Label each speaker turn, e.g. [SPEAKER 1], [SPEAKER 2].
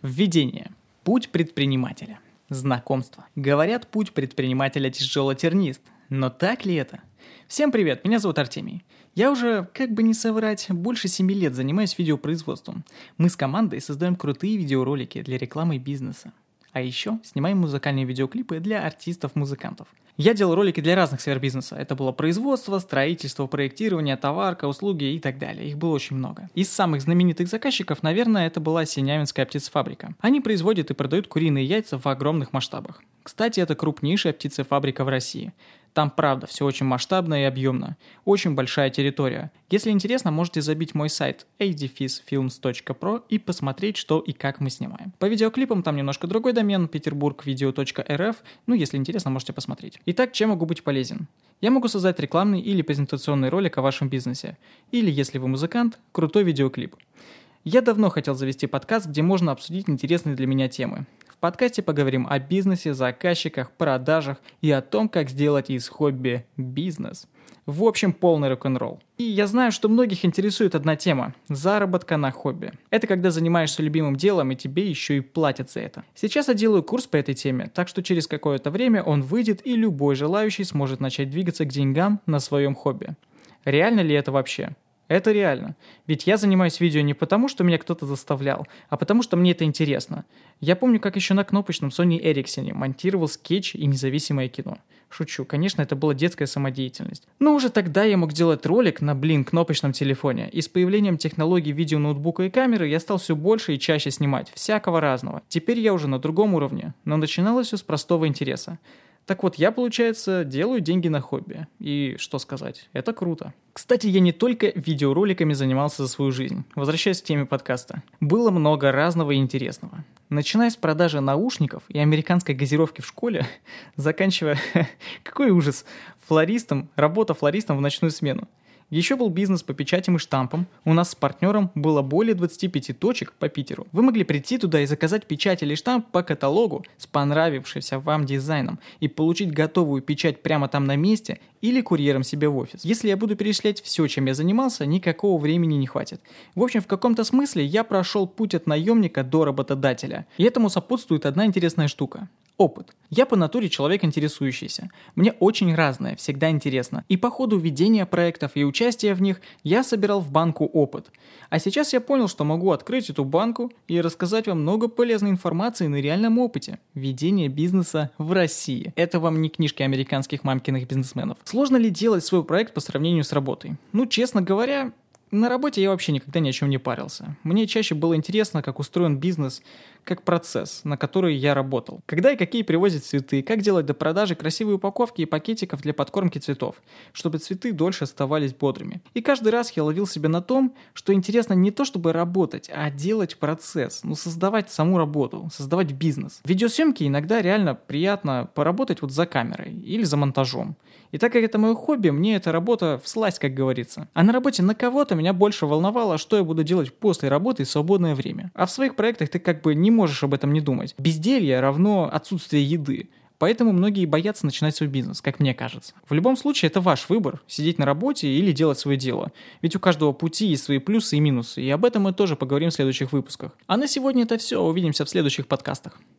[SPEAKER 1] Введение. Путь предпринимателя. Знакомство. Говорят, путь предпринимателя тяжелотернист. Но так ли это? Всем привет, меня зовут Артемий. Я уже, как бы не соврать, больше 7 лет занимаюсь видеопроизводством. Мы с командой создаем крутые видеоролики для рекламы и бизнеса. А еще снимаем музыкальные видеоклипы для артистов-музыкантов. Я делал ролики для разных сфер бизнеса. Это было производство, строительство, проектирование, товарка, услуги и так далее. Их было очень много. Из самых знаменитых заказчиков, наверное, это была Синявинская птицефабрика. Они производят и продают куриные яйца в огромных масштабах. Кстати, это крупнейшая птицефабрика в России. Там, правда, все очень масштабно и объемно. Очень большая территория. Если интересно, можете забить мой сайт adefisfilms.pro и посмотреть, что и как мы снимаем. По видеоклипам там немножко другой домен, peterburgvideo.rf. Если интересно, можете посмотреть. Итак, чем могу быть полезен? Я могу создать рекламный или презентационный ролик о вашем бизнесе. Или, если вы музыкант, крутой видеоклип. Я давно хотел завести подкаст, где можно обсудить интересные для меня темы. В подкасте поговорим о бизнесе, заказчиках, продажах и о том, как сделать из хобби бизнес. В общем, полный рок-н-ролл. И я знаю, что многих интересует одна тема – заработка на хобби. Это когда занимаешься любимым делом, и тебе еще и платят за это. Сейчас я делаю курс по этой теме, так что через какое-то время он выйдет, и любой желающий сможет начать двигаться к деньгам на своем хобби. Реально ли это вообще? Это реально. Ведь я занимаюсь видео не потому, что меня кто-то заставлял, а потому, что мне это интересно. Я помню, как еще на кнопочном Sony Ericsson монтировал скетч и независимое кино. Шучу, конечно, это была детская самодеятельность. Но уже тогда я мог делать ролик на, кнопочном телефоне. И с появлением технологий видеоноутбука и камеры я стал все больше и чаще снимать, всякого разного. Теперь я уже на другом уровне, но начиналось все с простого интереса. Так вот, я, получается, делаю деньги на хобби. И что сказать, это круто. Кстати, я не только видеороликами занимался за свою жизнь. Возвращаясь к теме подкаста. Было много разного и интересного. Начиная с продажи наушников и американской газировки в школе, заканчивая, какой ужас, работа флористом в ночную смену. Еще был бизнес по печатям и штампам. У нас с партнером было более 25 точек по Питеру. Вы могли прийти туда и заказать печать или штамп по каталогу с понравившимся вам дизайном и получить готовую печать прямо там на месте или курьером себе в офис. Если я буду перечислять все, чем я занимался, никакого времени не хватит. В общем, в каком-то смысле я прошел путь от наемника до работодателя. И этому сопутствует одна интересная штука. Опыт. Я по натуре человек интересующийся. Мне очень разное, всегда интересно. И по ходу ведения проектов и участия в них я собирал в банку опыт. А сейчас я понял, что могу открыть эту банку и рассказать вам много полезной информации на реальном опыте ведения бизнеса в России. Это вам не книжки американских мамкиных бизнесменов. Сложно ли делать свой проект по сравнению с работой? Честно говоря, на работе я вообще никогда ни о чем не парился. Мне чаще было интересно, как устроен бизнес, как процесс, на который я работал. Когда и какие привозят цветы, как делать до продажи красивые упаковки и пакетиков для подкормки цветов, чтобы цветы дольше оставались бодрыми. И каждый раз я ловил себя на том, что интересно не то чтобы работать, а делать процесс, создавать саму работу, создавать бизнес. В видеосъемке иногда реально приятно поработать за камерой или за монтажом. И так как это мое хобби, мне эта работа всласть, как говорится. А на работе на кого-то меня больше волновало, что я буду делать после работы в свободное время. А в своих проектах ты не можешь об этом не думать. Безделье равно отсутствие еды. Поэтому многие боятся начинать свой бизнес, как мне кажется. В любом случае, это ваш выбор – сидеть на работе или делать свое дело. Ведь у каждого пути есть свои плюсы и минусы, и об этом мы тоже поговорим в следующих выпусках. А на сегодня это все, увидимся в следующих подкастах.